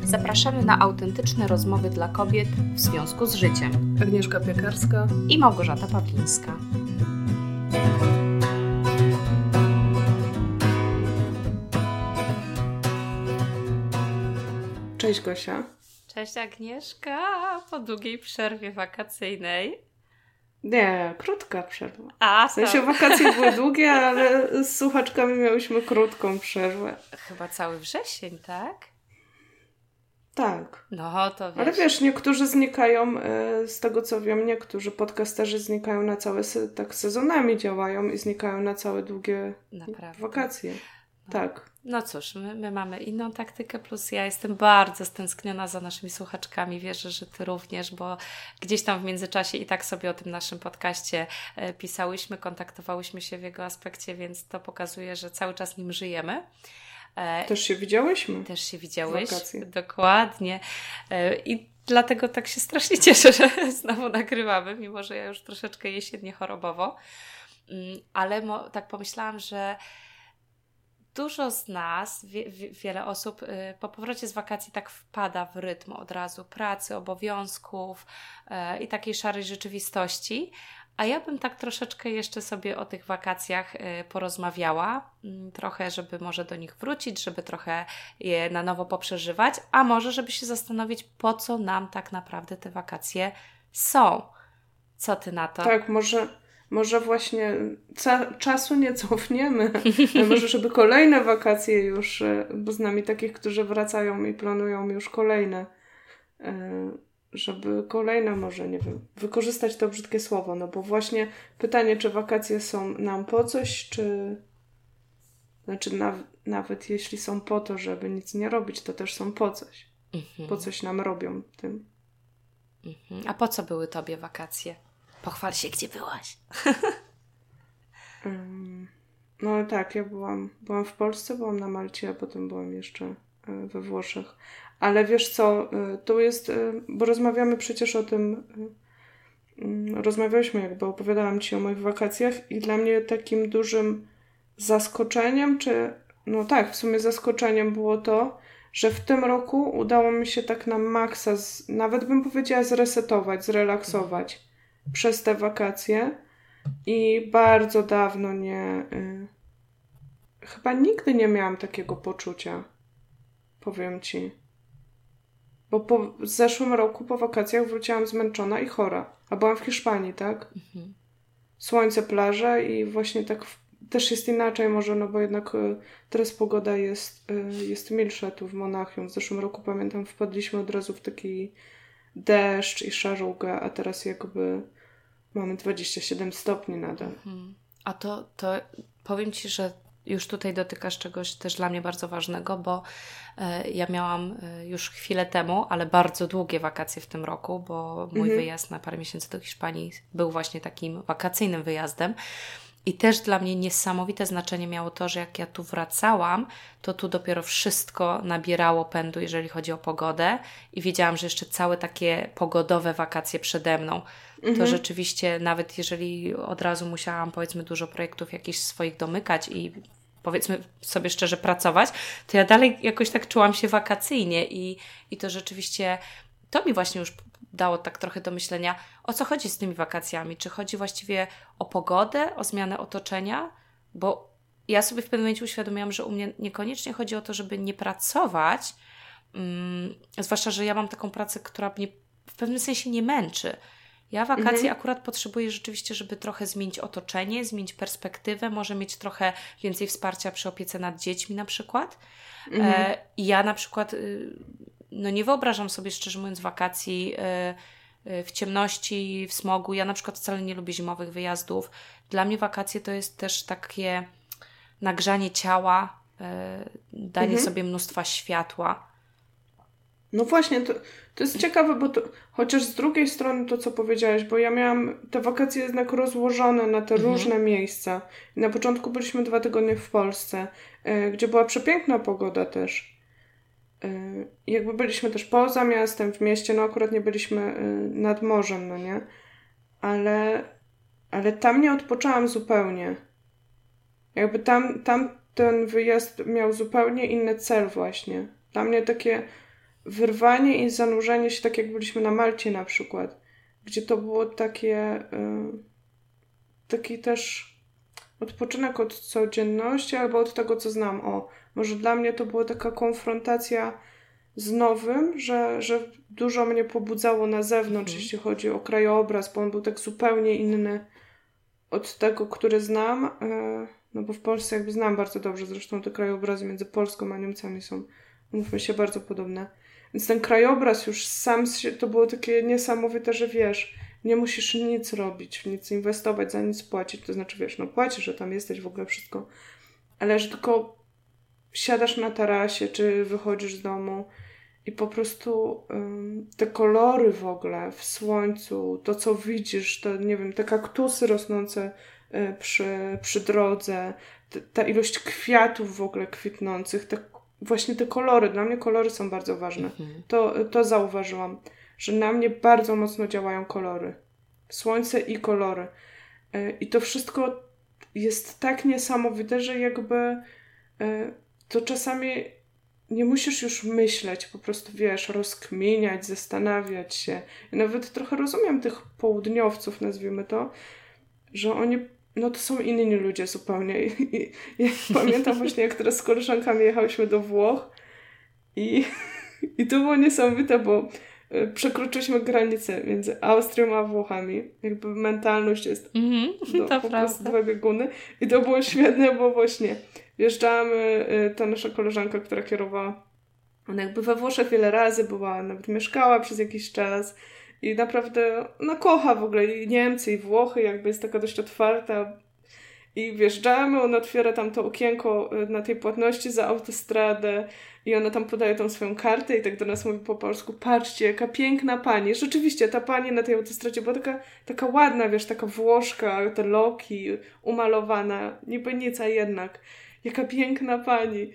Zapraszamy na autentyczne rozmowy dla kobiet w związku z życiem. Agnieszka Piekarska i Małgorzata Pawlińska. Cześć Gosia. Cześć Agnieszka, po długiej przerwie wakacyjnej. Nie, krótka przerwa. A, w sensie wakacje były długie, ale z słuchaczkami miałyśmy krótką przerwę. Chyba cały wrzesień, tak? Tak. No, to wiesz. Ale wiesz, niektórzy znikają, z tego co wiem, niektórzy podcasterzy znikają na całe, tak sezonami działają i znikają na całe długie wakacje. No. Tak. No cóż, my mamy inną taktykę, plus ja jestem bardzo stęskniona za naszymi słuchaczkami. Wierzę, że Ty również, bo gdzieś tam w międzyczasie i tak sobie o tym naszym podcaście pisałyśmy, kontaktowałyśmy się w jego aspekcie, więc to pokazuje, że cały czas nim żyjemy. Też się widziałyśmy. Też się widziałeś. Dokładnie. I dlatego tak się strasznie cieszę, że znowu nagrywamy, mimo że ja już troszeczkę jesiennie chorobowo. Ale tak pomyślałam, że dużo z nas, wiele osób po powrocie z wakacji tak wpada w rytm od razu pracy, obowiązków i takiej szarej rzeczywistości. A ja bym tak troszeczkę jeszcze sobie o tych wakacjach porozmawiała, trochę, żeby może do nich wrócić, żeby trochę je na nowo poprzeżywać, a może żeby się zastanowić, po co nam tak naprawdę te wakacje są. Co Ty na to? Tak, może właśnie czasu nie cofniemy. Może żeby kolejne wakacje już, bo z nami takich, którzy wracają i planują już kolejne, żeby kolejne może, nie wiem, wykorzystać to brzydkie słowo, no bo właśnie pytanie, czy wakacje są nam po coś, czy znaczy nawet jeśli są po to, żeby nic nie robić, to też są po coś. Po coś nam robią tym. A po co były Tobie wakacje? Pochwal się, gdzie byłaś. No tak, ja byłam w Polsce, byłam na Malcie, a potem byłam jeszcze we Włoszech. Ale wiesz co, to jest, bo rozmawiamy przecież o tym, rozmawialiśmy jakby, opowiadałam Ci o moich wakacjach i dla mnie takim dużym zaskoczeniem, no tak, w sumie zaskoczeniem było to, że w tym roku udało mi się tak na maksa, nawet bym powiedziała zresetować, zrelaksować przez te wakacje i bardzo dawno chyba nigdy nie miałam takiego poczucia, powiem Ci. Bo w zeszłym roku po wakacjach wróciłam zmęczona i chora. A byłam w Hiszpanii, tak? Słońce, plaże i właśnie tak też jest inaczej może, no bo jednak teraz pogoda jest milsza tu w Monachium. W zeszłym roku pamiętam wpadliśmy od razu w taki deszcz i szarzugę, a teraz jakby mamy 27 stopni nadal. A to powiem Ci, że już tutaj dotykasz czegoś też dla mnie bardzo ważnego, bo ja miałam już chwilę temu, ale bardzo długie wakacje w tym roku, bo mój wyjazd na parę miesięcy do Hiszpanii był właśnie takim wakacyjnym wyjazdem. I też dla mnie niesamowite znaczenie miało to, że jak ja tu wracałam, to tu dopiero wszystko nabierało pędu, jeżeli chodzi o pogodę i wiedziałam, że jeszcze całe takie pogodowe wakacje przede mną. To rzeczywiście, nawet jeżeli od razu musiałam, powiedzmy, dużo projektów jakichś swoich domykać i powiedzmy sobie szczerze pracować, to ja dalej jakoś tak czułam się wakacyjnie i to rzeczywiście, to mi właśnie już dało tak trochę do myślenia, o co chodzi z tymi wakacjami. Czy chodzi właściwie o pogodę, o zmianę otoczenia? Bo ja sobie w pewnym momencie uświadomiłam, że u mnie niekoniecznie chodzi o to, żeby nie pracować, zwłaszcza, że ja mam taką pracę, która mnie w pewnym sensie nie męczy. Ja wakacje akurat potrzebuję rzeczywiście, żeby trochę zmienić otoczenie, zmienić perspektywę, może mieć trochę więcej wsparcia przy opiece nad dziećmi na przykład. I ja na przykład no nie wyobrażam sobie, szczerze mówiąc, wakacji w ciemności, w smogu. Ja na przykład wcale nie lubię zimowych wyjazdów. Dla mnie wakacje to jest też takie nagrzanie ciała, danie sobie mnóstwa światła. No właśnie, to jest ciekawe, bo chociaż z drugiej strony to, co powiedziałaś, bo ja miałam te wakacje jednak rozłożone na te różne miejsca. I na początku byliśmy 2 tygodnie w Polsce, gdzie była przepiękna pogoda też. Jakby byliśmy też poza miastem, w mieście, no akurat nie byliśmy nad morzem, no nie? Ale tam nie odpoczęłam zupełnie. Jakby tam ten wyjazd miał zupełnie inny cel właśnie. Dla mnie takie wyrwanie i zanurzenie się, tak jak byliśmy na Malcie na przykład, gdzie to było taki też odpoczynek od codzienności albo od tego, co znam. Może dla mnie to była taka konfrontacja z nowym, że dużo mnie pobudzało na zewnątrz, jeśli chodzi o krajobraz, bo on był tak zupełnie inny od tego, który znam. No bo w Polsce jakby znam bardzo dobrze, zresztą te krajobrazy między Polską a Niemcami są, mówmy się, bardzo podobne. Więc ten krajobraz już sam to było takie niesamowite, że wiesz, nie musisz nic robić, w nic inwestować, za nic płacić. To znaczy, wiesz, no płacisz, że tam jesteś, w ogóle wszystko. Ale że tylko siadasz na tarasie, czy wychodzisz z domu i po prostu te kolory w ogóle w słońcu, to co widzisz, to nie wiem, te kaktusy rosnące przy drodze, ta ilość kwiatów w ogóle kwitnących, właśnie te kolory, dla mnie kolory są bardzo ważne. To zauważyłam, że na mnie bardzo mocno działają kolory. Słońce i kolory. I to wszystko jest tak niesamowite, że jakby to czasami nie musisz już myśleć, po prostu wiesz, rozkminiać, zastanawiać się. Ja nawet trochę rozumiem tych południowców, nazwijmy to, że oni, no to są inni ludzie zupełnie. I ja pamiętam właśnie, jak teraz z koleżankami jechałyśmy do Włoch i to było niesamowite, bo przekroczyliśmy granicę między Austrią a Włochami. Jakby mentalność jest to po prostu dwa bieguny. I to było świetne, bo właśnie wjeżdżamy, ta nasza koleżanka, która kierowała, ona jakby we Włoszech wiele razy była, nawet mieszkała przez jakiś czas i naprawdę kocha w ogóle i Niemcy, i Włochy, jakby jest taka dość otwarta. I wjeżdżamy, ona otwiera tam to okienko na tej płatności za autostradę i ona tam podaje tą swoją kartę i tak do nas mówi po polsku: patrzcie, jaka piękna pani. Rzeczywiście, ta pani na tej autostradzie była taka ładna, wiesz, taka Włoszka, te loki, umalowana, niby nic, a jednak. Jaka piękna pani.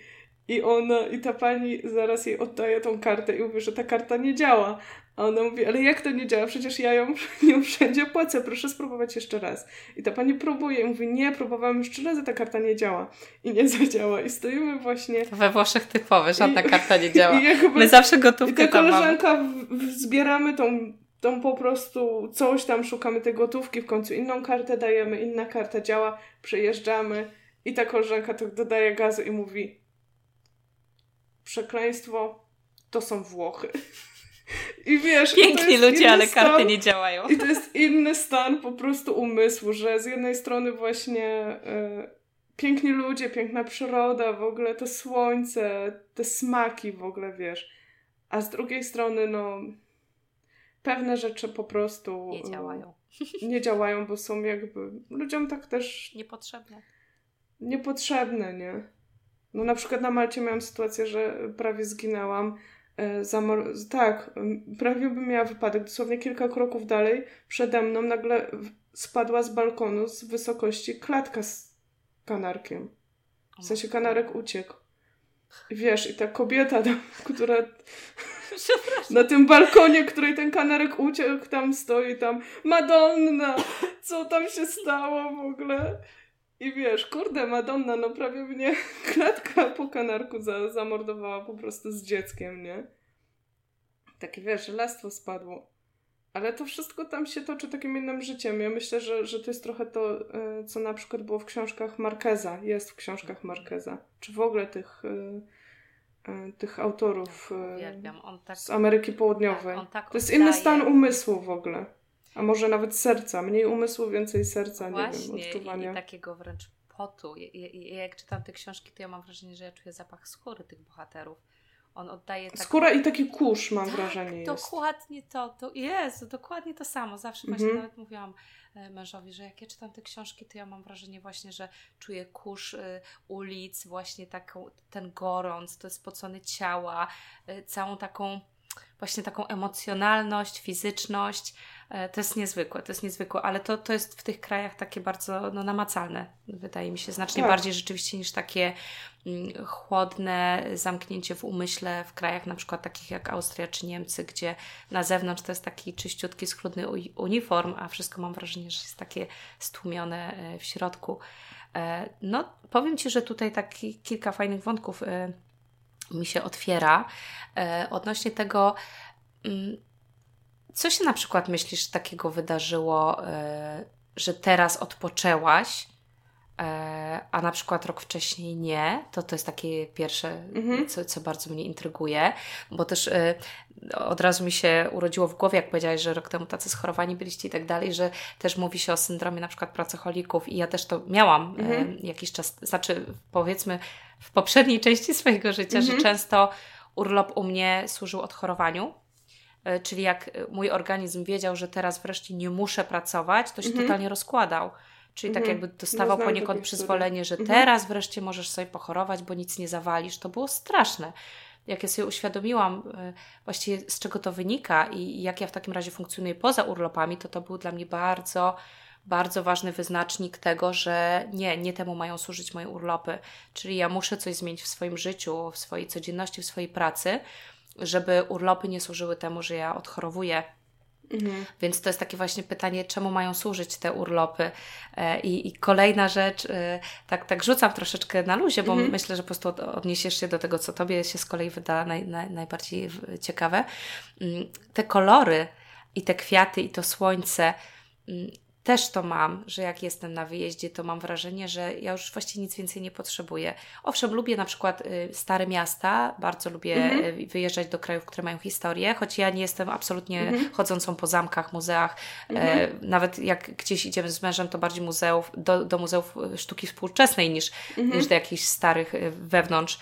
I ta pani zaraz jej oddaje tą kartę i mówi, że ta karta nie działa. A ona mówi: ale jak to nie działa? Przecież ja ją wszędzie płacę, proszę spróbować jeszcze raz. I ta pani próbuje i mówi: nie, próbowałam już 3 razy, ta karta nie działa. I nie zadziała. I stoimy właśnie... To we Włoszech typowe, żadna karta nie działa. My zawsze gotówkę tam mamy. I ta koleżanka, zbieramy tą po prostu coś tam, szukamy tej gotówki, w końcu inną kartę dajemy, inna karta działa, przejeżdżamy i ta koleżanka tak dodaje gazu i mówi: przekleństwo, to są Włochy. I wiesz, piękni ludzie, ale karty nie działają. I to jest inny stan po prostu umysłu, że z jednej strony właśnie piękni ludzie, piękna przyroda, w ogóle to słońce, te smaki w ogóle, wiesz. A z drugiej strony, pewne rzeczy po prostu nie działają. Nie działają, bo są jakby ludziom tak też niepotrzebne, nie? Na przykład na Malcie miałam sytuację, że prawie zginęłam. Prawie bym miała wypadek. Dosłownie kilka kroków dalej przede mną nagle spadła z balkonu z wysokości klatka z kanarkiem. W sensie kanarek uciekł. I wiesz, i ta kobieta, która na tym balkonie, której ten kanarek uciekł, tam stoi, tam: Madonna! Co tam się stało w ogóle? I wiesz, kurde, Madonna, prawie mnie klatka po kanarku zamordowała po prostu z dzieckiem, nie? Takie, wiesz, żelastwo spadło. Ale to wszystko tam się toczy takim innym życiem. Ja myślę, że to jest trochę to, co na przykład było w książkach Marqueza. Jest w książkach Marqueza. Czy w ogóle tych autorów z Ameryki Południowej. To jest inny stan umysłu w ogóle. A może nawet serca. Mniej umysłu, więcej serca, właśnie, nie wiem, odczuwania. I takiego wręcz potu. Jak czytam te książki, to ja mam wrażenie, że ja czuję zapach skóry tych bohaterów. On oddaje... Skóra i taki kurz, mam wrażenie, jest. Dokładnie dokładnie to samo. Zawsze właśnie nawet mówiłam mężowi, że jak ja czytam te książki, to ja mam wrażenie właśnie, że czuję kurz ulic, właśnie ten gorąc, to spocone ciała, całą taką emocjonalność, fizyczność. To jest niezwykłe, ale to jest w tych krajach takie bardzo namacalne, wydaje mi się, znacznie bardziej rzeczywiście niż takie chłodne zamknięcie w umyśle w krajach na przykład takich jak Austria czy Niemcy, gdzie na zewnątrz to jest taki czyściutki, schludny uniform, a wszystko mam wrażenie, że jest takie stłumione w środku. Powiem Ci, że tutaj kilka fajnych wątków mi się otwiera odnośnie tego, co się na przykład myślisz takiego wydarzyło, że teraz odpoczęłaś, a na przykład rok wcześniej nie, to jest takie pierwsze, co bardzo mnie intryguje, bo też od razu mi się urodziło w głowie, jak powiedziałaś, że rok temu tacy schorowani byliście i tak dalej, że też mówi się o syndromie na przykład pracocholików i ja też to miałam jakiś czas, znaczy powiedzmy w poprzedniej części swojego życia, że często urlop u mnie służył odchorowaniu. Czyli jak mój organizm wiedział, że teraz wreszcie nie muszę pracować, to się totalnie rozkładał. Czyli tak jakby dostawał poniekąd przyzwolenie, że teraz wreszcie możesz sobie pochorować, bo nic nie zawalisz. To było straszne. Jak ja sobie uświadomiłam właściwie z czego to wynika i jak ja w takim razie funkcjonuję poza urlopami, to był dla mnie bardzo, bardzo ważny wyznacznik tego, że nie temu mają służyć moje urlopy. Czyli ja muszę coś zmienić w swoim życiu, w swojej codzienności, w swojej pracy, żeby urlopy nie służyły temu, że ja odchorowuję. Więc to jest takie właśnie pytanie, czemu mają służyć te urlopy. I kolejna rzecz, tak rzucam troszeczkę na luzie, bo myślę, że po prostu odniesiesz się do tego, co Tobie się z kolei wyda najbardziej ciekawe. Te kolory i te kwiaty i to słońce, też to mam, że jak jestem na wyjeździe, to mam wrażenie, że ja już właściwie nic więcej nie potrzebuję. Owszem, lubię na przykład stare miasta, bardzo lubię wyjeżdżać do krajów, które mają historię, choć ja nie jestem absolutnie chodzącą po zamkach, muzeach. Nawet jak gdzieś idziemy z mężem, to bardziej do muzeów sztuki współczesnej niż do jakichś starych wewnątrz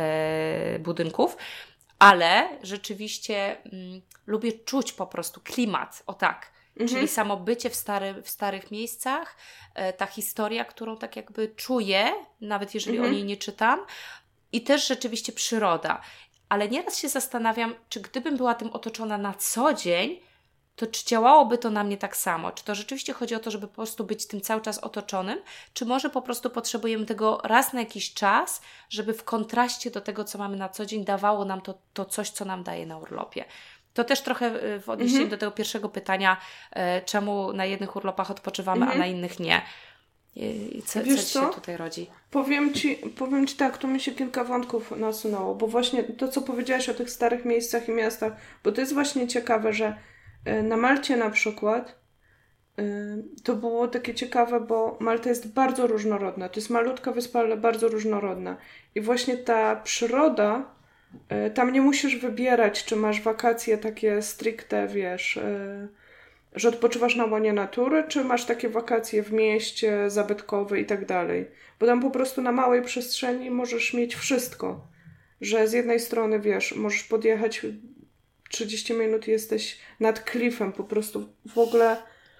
budynków. Ale rzeczywiście lubię czuć po prostu klimat, o tak. Czyli samo bycie w starych miejscach, ta historia, którą tak jakby czuję, nawet jeżeli o niej nie czytam, i też rzeczywiście przyroda. Ale nieraz się zastanawiam, czy gdybym była tym otoczona na co dzień, to czy działałoby to na mnie tak samo? Czy to rzeczywiście chodzi o to, żeby po prostu być tym cały czas otoczonym, czy może po prostu potrzebujemy tego raz na jakiś czas, żeby w kontraście do tego, co mamy na co dzień, dawało nam to coś, co nam daje na urlopie? To też trochę w odniesieniu do tego pierwszego pytania, czemu na jednych urlopach odpoczywamy, a na innych nie. Co ci się tutaj rodzi? Powiem Ci tak, tu mi się kilka wątków nasunęło, bo właśnie to, co powiedziałaś o tych starych miejscach i miastach, bo to jest właśnie ciekawe, że na Malcie na przykład to było takie ciekawe, bo Malta jest bardzo różnorodna. To jest malutka wyspa, ale bardzo różnorodna. I właśnie ta przyroda, tam nie musisz wybierać, czy masz wakacje takie stricte, wiesz, że odpoczywasz na łonie natury, czy masz takie wakacje w mieście, zabytkowe i tak dalej. Bo tam po prostu na małej przestrzeni możesz mieć wszystko. Że z jednej strony, wiesz, możesz podjechać 30 minut i jesteś nad klifem, po prostu w ogóle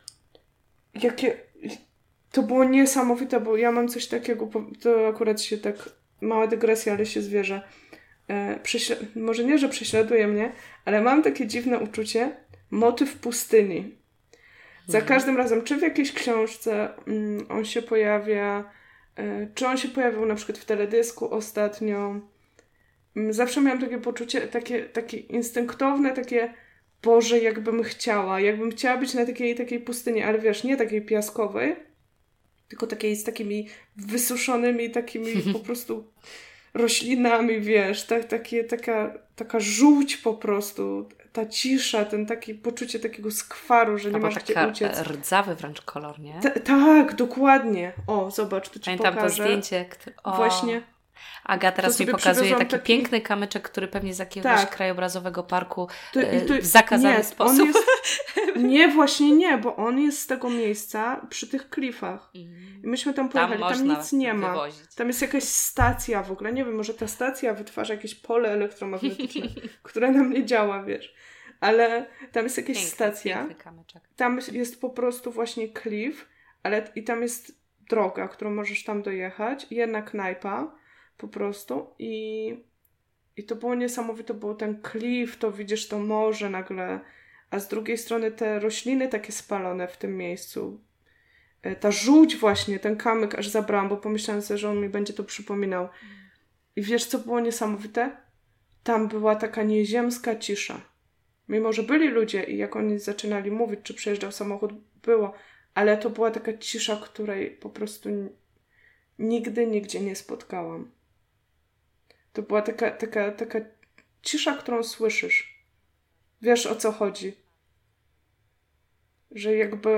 to było niesamowite, bo ja mam coś takiego, to akurat się tak, mała dygresja, ale się zwierzę. Może nie, że prześladuje mnie, ale mam takie dziwne uczucie, motyw pustyni. Za każdym razem, czy w jakiejś książce on się pojawia, czy on się pojawił na przykład w teledysku ostatnio. Zawsze miałam takie poczucie, takie instynktowne, takie Boże, jakbym chciała być na takiej pustyni, ale wiesz, nie takiej piaskowej, tylko takiej z takimi wysuszonymi, takimi po prostu roślinami, wiesz, taka żółć po prostu, ta cisza, ten takie poczucie takiego skwaru, że nie masz gdzie uciec. Rdzawy wręcz kolor, nie? Tak, dokładnie. O, zobacz, tu ci pamiętam pokażę. To zdjęcie. Właśnie. Aga teraz mi pokazuje taki piękny kamyczek, który pewnie z jakiegoś krajobrazowego parku w zakazany sposób. Nie, właśnie nie, bo on jest z tego miejsca przy tych klifach. I myśmy tam pojechali, tam nic nie ma. Wywozić. Tam jest jakaś stacja w ogóle, nie wiem, może ta stacja wytwarza jakieś pole elektromagnetyczne, które nam nie działa, wiesz. Ale tam jest jakaś stacja. Tam jest po prostu właśnie klif, i tam jest droga, którą możesz tam dojechać. Jedna knajpa po prostu i to było niesamowite, było ten klif, to widzisz to morze nagle, a z drugiej strony te rośliny takie spalone w tym miejscu. Ta żółć właśnie, ten kamyk aż zabrałam, bo pomyślałam sobie, że on mi będzie to przypominał. I wiesz, co było niesamowite? Tam była taka nieziemska cisza. Mimo, że byli ludzie i jak oni zaczynali mówić, czy przejeżdżał samochód, było, ale to była taka cisza, której po prostu nigdy, nigdzie nie spotkałam. To była taka cisza, którą słyszysz. Wiesz, o co chodzi. Że jakby...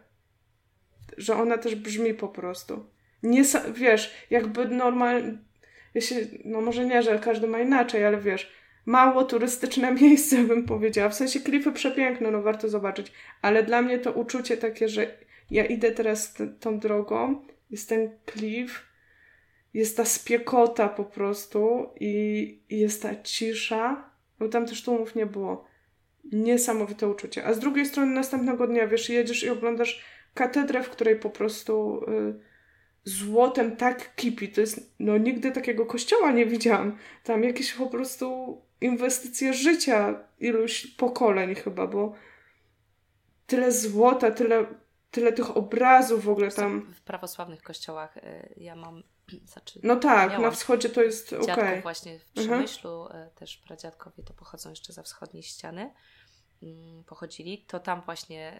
Że ona też brzmi po prostu. Wiesz, jakby normalnie... No może nie, że każdy ma inaczej, ale wiesz, mało turystyczne miejsce, bym powiedziała. W sensie klify przepiękne, no warto zobaczyć. Ale dla mnie to uczucie takie, że ja idę teraz tą drogą, jest ten klif, jest ta spiekota po prostu i jest ta cisza, bo tam też tłumów nie było. Niesamowite uczucie. A z drugiej strony następnego dnia, wiesz, jedziesz i oglądasz katedrę, w której po prostu złotem tak kipi. To jest, no nigdy takiego kościoła nie widziałam. Tam jakieś po prostu inwestycje życia iluś pokoleń chyba, bo tyle złota, tyle tych obrazów w ogóle tam. W prawosławnych kościołach ja mam... no tak, na wschodzie to jest okej. Dziadków właśnie w Przemyślu, też pradziadkowie to pochodzą jeszcze za wschodniej ściany, pochodzili, to tam właśnie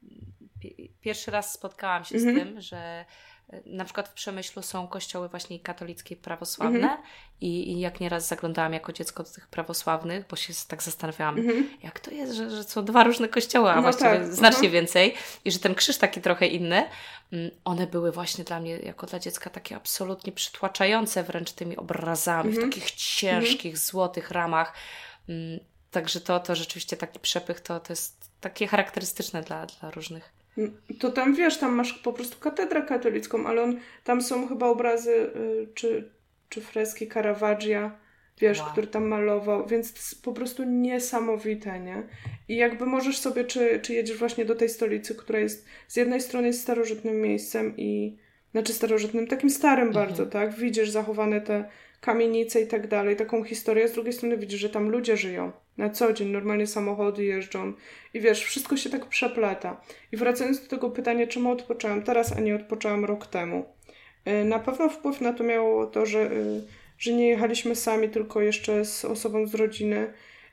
pierwszy raz spotkałam się z tym, że na przykład w Przemyślu są kościoły właśnie katolickie i prawosławne i jak nieraz zaglądałam jako dziecko do tych prawosławnych, bo się tak zastanawiałam, jak to jest, że są dwa różne kościoły, a właściwie znacznie więcej i że ten krzyż taki trochę inny. One były właśnie dla mnie, jako dla dziecka, takie absolutnie przytłaczające wręcz tymi obrazami w takich ciężkich, złotych ramach. Także to rzeczywiście taki przepych, to jest takie charakterystyczne dla różnych. To tam wiesz, tam masz po prostu katedrę katolicką, ale tam są chyba obrazy czy freski Caravaggia, wiesz, który tam malował, więc to jest po prostu niesamowite, nie? I jakby możesz sobie, czy jedziesz właśnie do tej stolicy, która jest z jednej strony jest starożytnym miejscem znaczy starożytnym, takim starym bardzo, tak? Widzisz zachowane te kamienice i tak dalej, taką historię, z drugiej strony widzisz, że tam ludzie żyją na co dzień, normalnie samochody jeżdżą i wiesz, wszystko się tak przeplata. I wracając do tego pytania, czemu odpocząłem teraz, a nie odpocząłem rok temu. Na pewno wpływ na to miało to, że nie jechaliśmy sami, tylko jeszcze z osobą z rodziny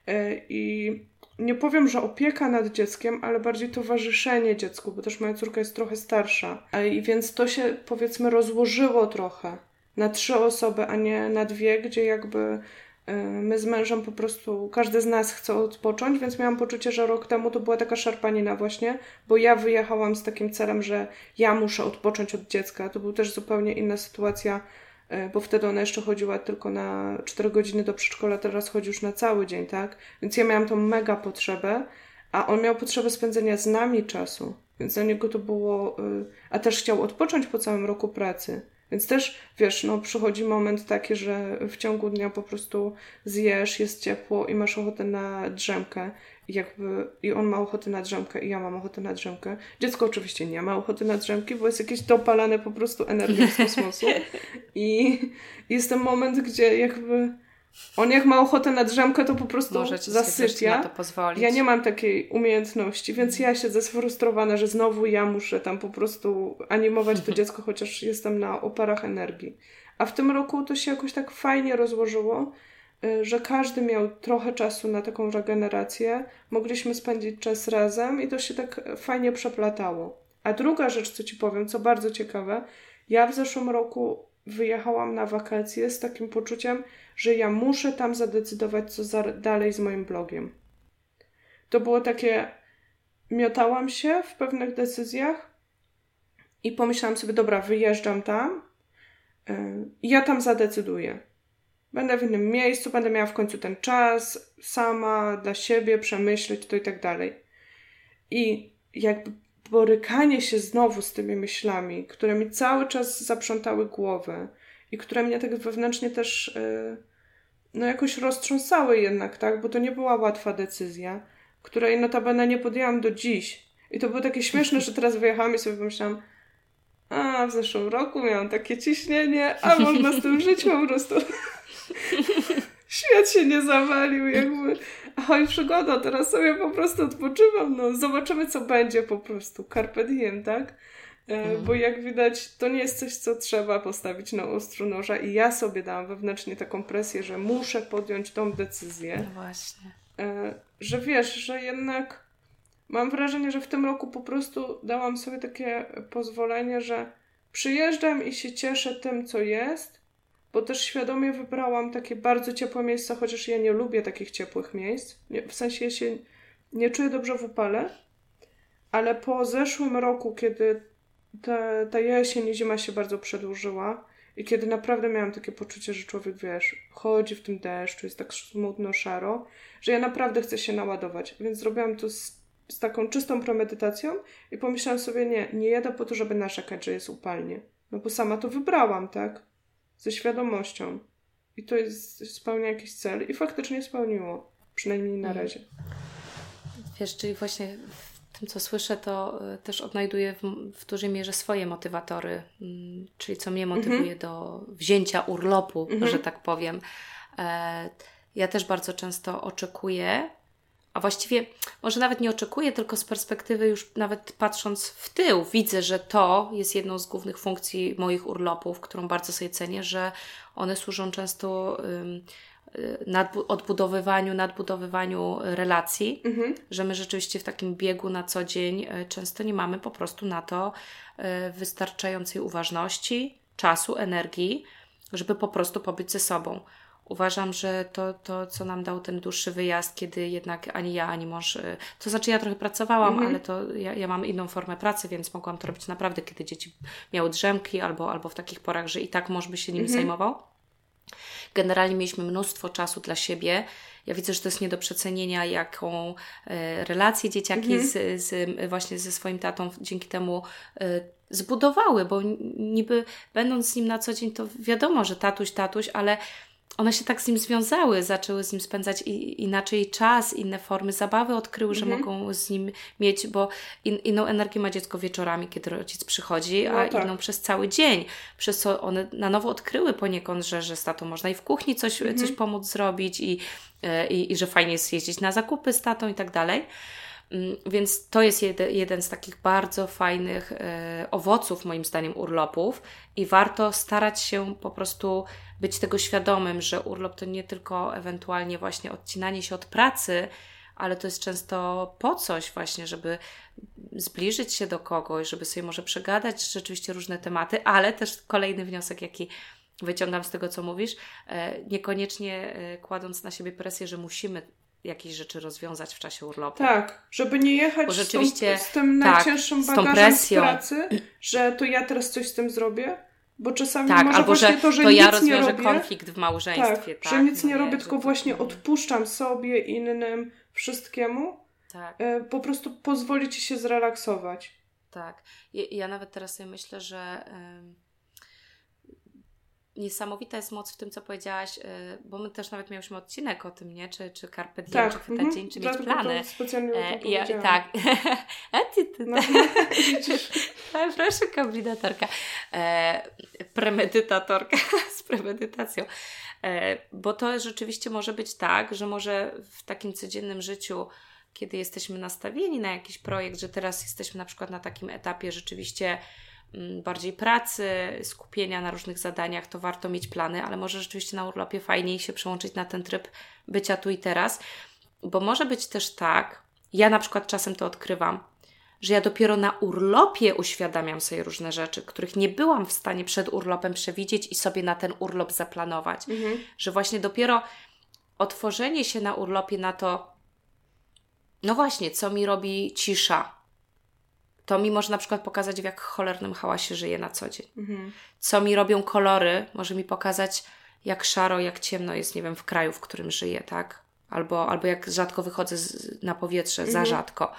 i nie powiem, że opieka nad dzieckiem, ale bardziej towarzyszenie dziecku, bo też moja córka jest trochę starsza. I więc to się, powiedzmy, rozłożyło trochę na 3 osoby, a nie na 2, gdzie jakby my z mężem po prostu, każdy z nas chce odpocząć, więc miałam poczucie, że rok temu to była taka szarpanina właśnie, bo ja wyjechałam z takim celem, że ja muszę odpocząć od dziecka. To była też zupełnie inna sytuacja, bo wtedy ona jeszcze chodziła tylko na 4 godziny do przedszkola, teraz chodzi już na cały dzień, tak? Więc ja miałam tą mega potrzebę, a on miał potrzebę spędzenia z nami czasu, więc dla niego to było... A też chciał odpocząć po całym roku pracy. Więc też, wiesz, no przychodzi moment taki, że w ciągu dnia po prostu zjesz, jest ciepło i masz ochotę na drzemkę. I on ma ochotę na drzemkę i ja mam ochotę na drzemkę. Dziecko oczywiście nie ma ochoty na drzemki, bo jest jakieś dopalane po prostu energią z kosmosu. I jest ten moment, gdzie jakby on jak ma ochotę na drzemkę, to po prostu zasypia. Na to pozwolić. Ja nie mam takiej umiejętności, więc ja siedzę sfrustrowana, że znowu ja muszę tam po prostu animować to dziecko, chociaż jestem na oparach energii. A w tym roku to się jakoś tak fajnie rozłożyło, że każdy miał trochę czasu na taką regenerację. Mogliśmy spędzić czas razem i to się tak fajnie przeplatało. A druga rzecz, co Ci powiem, co bardzo ciekawe, ja w zeszłym roku wyjechałam na wakacje z takim poczuciem, że ja muszę tam zadecydować, co dalej z moim blogiem. To było takie, miotałam się w pewnych decyzjach i pomyślałam sobie, dobra, wyjeżdżam tam i ja tam zadecyduję. Będę w innym miejscu, będę miała w końcu ten czas sama, dla siebie, przemyśleć to i tak dalej. I jakby borykanie się znowu z tymi myślami, które mi cały czas zaprzątały głowę i które mnie tak wewnętrznie też no jakoś roztrząsały jednak, tak? Bo to nie była łatwa decyzja, której notabene nie podjęłam do dziś. I to było takie śmieszne, że teraz wyjechałam i sobie pomyślałam, w zeszłym roku miałam takie ciśnienie, a można z tym żyć po prostu. Świat się nie zawalił, jakby. Ahoj, przygoda, teraz sobie po prostu odpoczywam, no zobaczymy, co będzie po prostu. Carpe diem, tak? Bo jak widać, to nie jest coś, co trzeba postawić na ostru noża i ja sobie dałam wewnętrznie taką presję, że muszę podjąć tą decyzję. No właśnie. Że wiesz, że jednak mam wrażenie, że w tym roku po prostu dałam sobie takie pozwolenie, że przyjeżdżam i się cieszę tym, co jest, bo też świadomie wybrałam takie bardzo ciepłe miejsca, chociaż ja nie lubię takich ciepłych miejsc. W sensie ja się nie czuję dobrze w upale, ale po zeszłym roku, kiedy ta jesień i zima się bardzo przedłużyła i kiedy naprawdę miałam takie poczucie, że człowiek, wiesz, chodzi w tym deszczu, jest tak smutno, szaro, że ja naprawdę chcę się naładować. Więc zrobiłam to z taką czystą premedytacją i pomyślałam sobie, nie jadę po to, żeby narzekać, że jest upalnie. No bo sama to wybrałam, tak? Ze świadomością. I to spełnia jakiś cel i faktycznie spełniło. Przynajmniej na razie. Wiesz, czyli właśnie w tym, co słyszę, to też odnajduję w dużej mierze swoje motywatory, czyli co mnie motywuje do wzięcia urlopu, że tak powiem. Ja też bardzo często oczekuję, a właściwie może nawet nie oczekuję, tylko z perspektywy już nawet patrząc w tył, widzę, że to jest jedną z głównych funkcji moich urlopów, którą bardzo sobie cenię, że one służą często nadbudowywaniu relacji, że my rzeczywiście w takim biegu na co dzień często nie mamy po prostu na to wystarczającej uważności, czasu, energii, żeby po prostu pobyć ze sobą. Uważam, że to, co nam dał ten dłuższy wyjazd, kiedy jednak ani ja, ani mąż... To znaczy ja trochę pracowałam, ale to ja mam inną formę pracy, więc mogłam to robić naprawdę, kiedy dzieci miały drzemki albo w takich porach, że i tak mąż by się nimi zajmował. Generalnie mieliśmy mnóstwo czasu dla siebie. Ja widzę, że to jest nie do przecenienia, jaką relację dzieciaki właśnie ze swoim tatą dzięki temu zbudowały, bo niby będąc z nim na co dzień, to wiadomo, że tatuś, ale one się tak z nim związały, zaczęły z nim spędzać inaczej czas, inne formy zabawy odkryły, że mogą z nim mieć, bo inną energię ma dziecko wieczorami, kiedy rodzic przychodzi, a inną przez cały dzień. Przez co one na nowo odkryły poniekąd, że z tatą można i w kuchni coś pomóc zrobić i że fajnie jest jeździć na zakupy z tatą i tak dalej. Więc to jest jeden z takich bardzo fajnych owoców, moim zdaniem, urlopów i warto starać się po prostu być tego świadomym, że urlop to nie tylko ewentualnie właśnie odcinanie się od pracy, ale to jest często po coś właśnie, żeby zbliżyć się do kogoś, żeby sobie może przegadać rzeczywiście różne tematy, ale też kolejny wniosek, jaki wyciągam z tego, co mówisz, niekoniecznie kładąc na siebie presję, że musimy jakieś rzeczy rozwiązać w czasie urlopu. Tak, żeby nie jechać z tym najcięższym bagażem z pracy, że to ja teraz coś z tym zrobię, bo czasami może albo właśnie to, że ja nic rozwiążę nie robię, konflikt w małżeństwie. Że nic nie robię, tylko właśnie odpuszczam sobie, innym, wszystkiemu. Po prostu pozwoli Ci się zrelaksować. Tak. Ja nawet teraz sobie myślę, że niesamowita jest moc w tym, co powiedziałaś, bo my też nawet miałyśmy odcinek o tym, nie? Czy carpe diem, czy chwytać dzień, czy mieć plany. Specjalnie o tym powiedziałam. Tak. Proszę, kombinatorka. Premedytatorka z premedytacją. Bo to rzeczywiście może być tak, że może w takim codziennym życiu, kiedy jesteśmy nastawieni na jakiś projekt, że teraz jesteśmy na przykład na takim etapie rzeczywiście bardziej pracy, skupienia na różnych zadaniach, to warto mieć plany, ale może rzeczywiście na urlopie fajniej się przełączyć na ten tryb bycia tu i teraz, bo może być też tak, ja na przykład czasem to odkrywam, że ja dopiero na urlopie uświadamiam sobie różne rzeczy, których nie byłam w stanie przed urlopem przewidzieć i sobie na ten urlop zaplanować. Że właśnie dopiero otworzenie się na urlopie na to, no właśnie, co mi robi cisza. To mi może na przykład pokazać, w jak cholernym hałasie żyję na co dzień. Co mi robią kolory, może mi pokazać, jak szaro, jak ciemno jest, nie wiem, w kraju, w którym żyję, tak? Albo jak rzadko wychodzę na powietrze, za rzadko.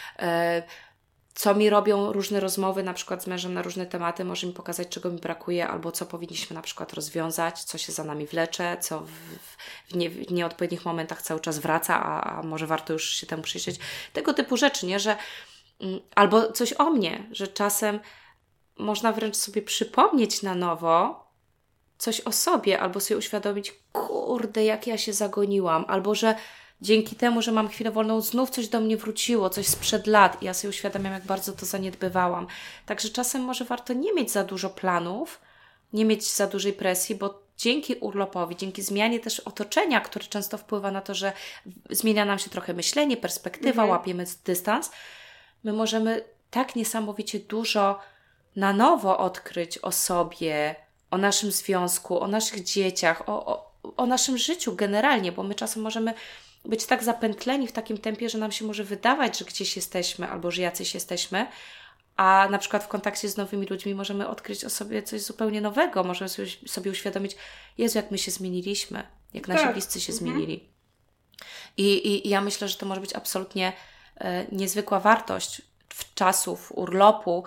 Co mi robią różne rozmowy, na przykład z mężem na różne tematy, może mi pokazać, czego mi brakuje, albo co powinniśmy na przykład rozwiązać, co się za nami wlecze, co w nieodpowiednich momentach cały czas wraca, a może warto już się temu przyjrzeć. Tego typu rzeczy, nie? Że albo coś o mnie, że czasem można wręcz sobie przypomnieć na nowo coś o sobie, albo sobie uświadomić, kurde, jak ja się zagoniłam, albo że dzięki temu, że mam chwilę wolną, znów coś do mnie wróciło, coś sprzed lat i ja sobie uświadamiam, jak bardzo to zaniedbywałam. Także czasem może warto nie mieć za dużo planów, nie mieć za dużej presji, bo dzięki urlopowi, dzięki zmianie też otoczenia, które często wpływa na to, że zmienia nam się trochę myślenie, perspektywa, łapiemy dystans, my możemy tak niesamowicie dużo na nowo odkryć o sobie, o naszym związku, o naszych dzieciach, o naszym życiu generalnie, bo my czasem możemy być tak zapętleni w takim tempie, że nam się może wydawać, że gdzieś jesteśmy albo że jacyś jesteśmy, a na przykład w kontakcie z nowymi ludźmi możemy odkryć o sobie coś zupełnie nowego, możemy sobie uświadomić, Jezu, jak my się zmieniliśmy, jak nasi bliscy się zmienili. I ja myślę, że to może być absolutnie niezwykła wartość czasów, urlopu,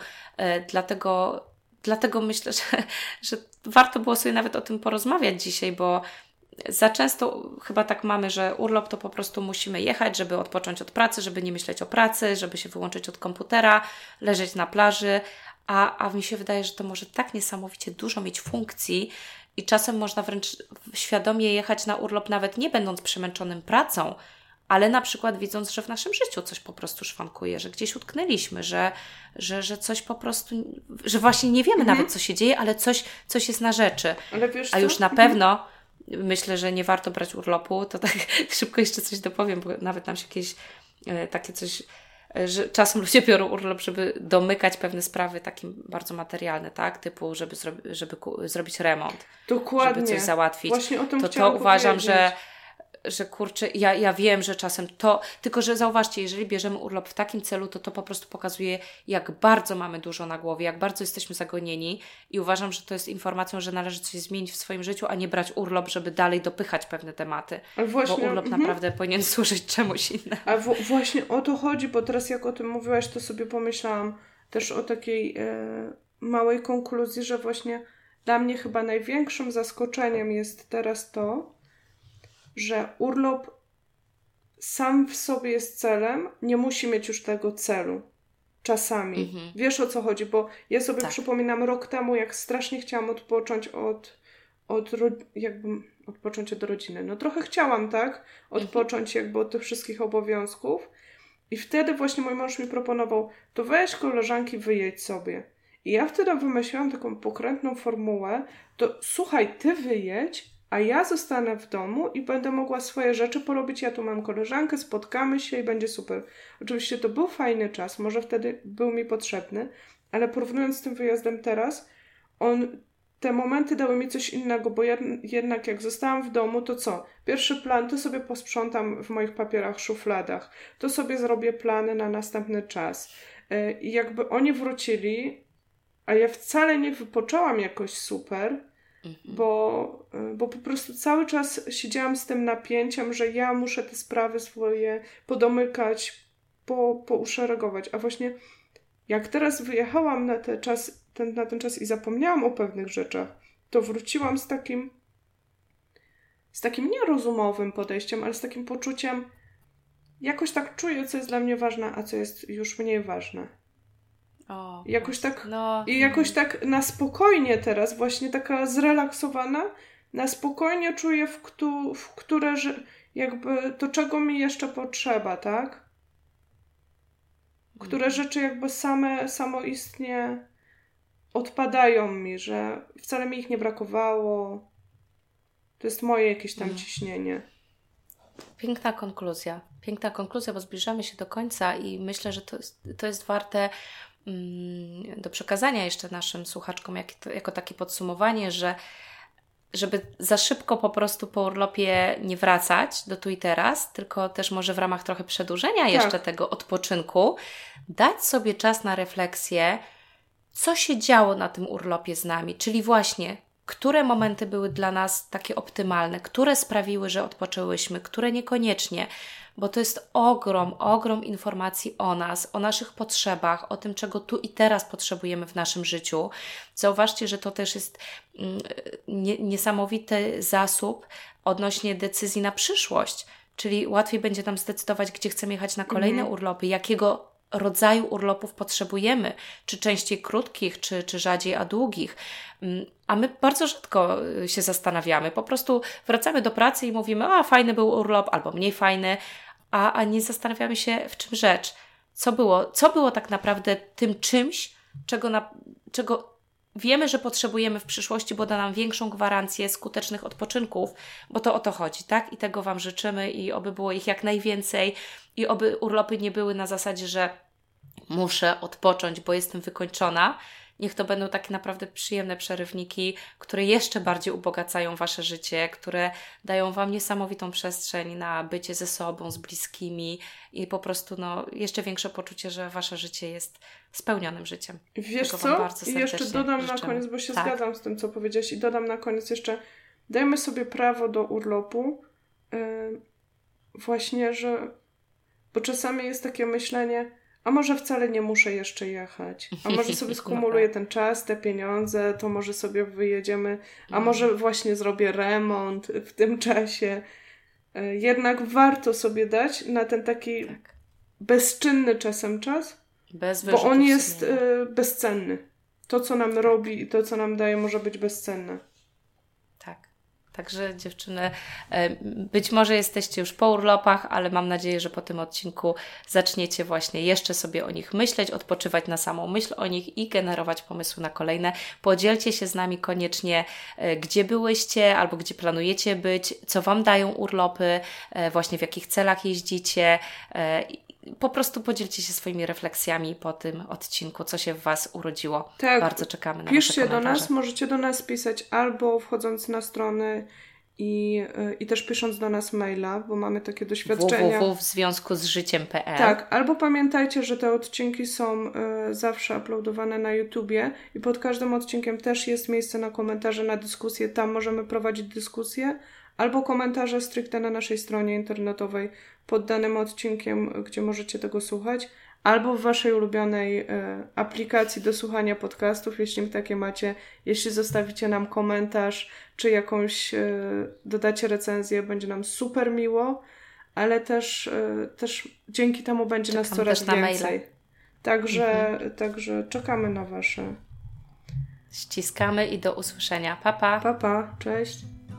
dlatego myślę, że warto było sobie nawet o tym porozmawiać dzisiaj, bo za często chyba tak mamy, że urlop to po prostu musimy jechać, żeby odpocząć od pracy, żeby nie myśleć o pracy, żeby się wyłączyć od komputera, leżeć na plaży, a mi się wydaje, że to może tak niesamowicie dużo mieć funkcji i czasem można wręcz świadomie jechać na urlop, nawet nie będąc przemęczonym pracą, ale na przykład widząc, że w naszym życiu coś po prostu szwankuje, że gdzieś utknęliśmy, że coś po prostu, że właśnie nie wiemy nawet, co się dzieje, ale coś jest na rzeczy. Ale wiesz a już na pewno myślę, że nie warto brać urlopu, to tak szybko jeszcze coś dopowiem, bo nawet nam się jakieś takie coś, że czasem ludzie biorą urlop, żeby domykać pewne sprawy takie bardzo materialne, tak? Typu, żeby zrobić remont. Dokładnie. Żeby coś załatwić. Właśnie o tym to uważam, że kurczę, ja wiem, że czasem tylko że zauważcie, jeżeli bierzemy urlop w takim celu, to po prostu pokazuje, jak bardzo mamy dużo na głowie, jak bardzo jesteśmy zagonieni i uważam, że to jest informacją, że należy coś zmienić w swoim życiu, a nie brać urlop, żeby dalej dopychać pewne tematy. Właśnie, bo urlop naprawdę powinien służyć czemuś innemu. A właśnie o to chodzi, bo teraz jak o tym mówiłaś, to sobie pomyślałam też o takiej małej konkluzji, że właśnie dla mnie chyba największym zaskoczeniem jest teraz to, że urlop sam w sobie jest celem, nie musi mieć już tego celu. Czasami. Wiesz, o co chodzi, bo ja sobie przypominam rok temu, jak strasznie chciałam odpocząć odpocząć od rodziny. No trochę chciałam, tak? Odpocząć jakby od tych wszystkich obowiązków. I wtedy właśnie mój mąż mi proponował, to weź koleżanki, wyjedź sobie. I ja wtedy wymyśliłam taką pokrętną formułę, to słuchaj, ty wyjedź, a ja zostanę w domu i będę mogła swoje rzeczy porobić. Ja tu mam koleżankę, spotkamy się i będzie super. Oczywiście to był fajny czas, może wtedy był mi potrzebny, ale porównując z tym wyjazdem teraz, te momenty dały mi coś innego, bo jednak jak zostałam w domu, to co? Pierwszy plan, to sobie posprzątam w moich papierach, szufladach. To sobie zrobię plany na następny czas. I jakby oni wrócili, a ja wcale nie wypoczęłam jakoś super, bo po prostu cały czas siedziałam z tym napięciem, że ja muszę te sprawy swoje podomykać, pouszeregować. A właśnie jak teraz wyjechałam na ten czas i zapomniałam o pewnych rzeczach, to wróciłam z takim nierozumowym podejściem, ale z takim poczuciem, jakoś tak czuję, co jest dla mnie ważne, a co jest już mniej ważne. Jakoś tak na spokojnie teraz, właśnie taka zrelaksowana, na spokojnie czuję, w które jakby to, czego mi jeszcze potrzeba, tak? Które rzeczy jakby samoistnie odpadają mi, że wcale mi ich nie brakowało. To jest moje jakieś tam ciśnienie. Piękna konkluzja, bo zbliżamy się do końca i myślę, że to jest warte do przekazania jeszcze naszym słuchaczkom jako takie podsumowanie, żeby za szybko po prostu po urlopie nie wracać do tu i teraz, tylko też może w ramach trochę przedłużenia jeszcze tego odpoczynku dać sobie czas na refleksję, co się działo na tym urlopie z nami, czyli właśnie które momenty były dla nas takie optymalne, które sprawiły, że odpoczęłyśmy, które niekoniecznie, bo to jest ogrom informacji o nas, o naszych potrzebach, o tym, czego tu i teraz potrzebujemy w naszym życiu. Zauważcie, że to też jest niesamowity zasób odnośnie decyzji na przyszłość, czyli łatwiej będzie nam zdecydować, gdzie chcemy jechać na kolejne urlopy, jakiego rodzaju urlopów potrzebujemy, czy częściej krótkich, czy rzadziej, a długich. A my bardzo rzadko się zastanawiamy. Po prostu wracamy do pracy i mówimy, fajny był urlop, albo mniej fajny, a nie zastanawiamy się, w czym rzecz. Co było tak naprawdę tym czymś, czego wiemy, że potrzebujemy w przyszłości, bo da nam większą gwarancję skutecznych odpoczynków, bo to o to chodzi, tak? I tego Wam życzymy i oby było ich jak najwięcej i oby urlopy nie były na zasadzie, że muszę odpocząć, bo jestem wykończona, Niech to będą takie naprawdę przyjemne przerywniki, które jeszcze bardziej ubogacają Wasze życie, które dają Wam niesamowitą przestrzeń na bycie ze sobą, z bliskimi i po prostu jeszcze większe poczucie, że Wasze życie jest spełnionym życiem. Wiesz co? I jeszcze dodam na koniec, bo się zgadzam z tym, co powiedziałaś, i dodam na koniec jeszcze, dajmy sobie prawo do urlopu, właśnie, bo czasami jest takie myślenie, a może wcale nie muszę jeszcze jechać, a może sobie skumuluję ten czas, te pieniądze, to może sobie wyjedziemy, a może właśnie zrobię remont w tym czasie. Jednak warto sobie dać na ten taki bezczynny czasem czas, bo on jest bezcenny. To, co nam robi i to, co nam daje, może być bezcenne. Tak. Także dziewczyny, być może jesteście już po urlopach, ale mam nadzieję, że po tym odcinku zaczniecie właśnie jeszcze sobie o nich myśleć, odpoczywać na samą myśl o nich i generować pomysły na kolejne. Podzielcie się z nami koniecznie, gdzie byłyście albo gdzie planujecie być, co Wam dają urlopy, właśnie w jakich celach jeździcie. Po prostu podzielcie się swoimi refleksjami po tym odcinku, co się w Was urodziło. Tak, bardzo czekamy na Wasze komentarze. Piszcie do nas, możecie do nas pisać albo wchodząc na stronę i też pisząc do nas maila, bo mamy takie doświadczenia. www.wzwiązkuzżyciem.pl. Tak, albo pamiętajcie, że te odcinki są zawsze uploadowane na YouTubie i pod każdym odcinkiem też jest miejsce na komentarze, na dyskusje. Tam możemy prowadzić dyskusje, albo komentarze stricte na naszej stronie internetowej pod danym odcinkiem, gdzie możecie tego słuchać, albo w Waszej ulubionej aplikacji do słuchania podcastów, jeśli takie macie. Jeśli zostawicie nam komentarz, czy jakąś dodacie recenzję, będzie nam super miło, ale też dzięki temu będzie nas coraz więcej. Także czekamy na Wasze. Ściskamy i do usłyszenia. Pa, pa. Pa, pa. Cześć.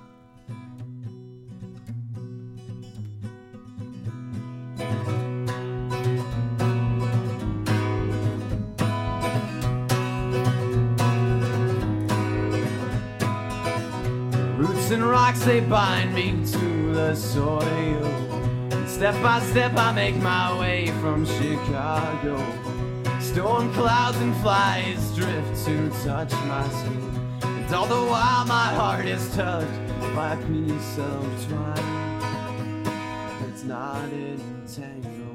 Roots and rocks, they bind me to the soil. Step by step I make my way from Chicago. Storm clouds and flies drift to touch my skin. And all the while my heart is touched by a piece of twine. It's not entangled.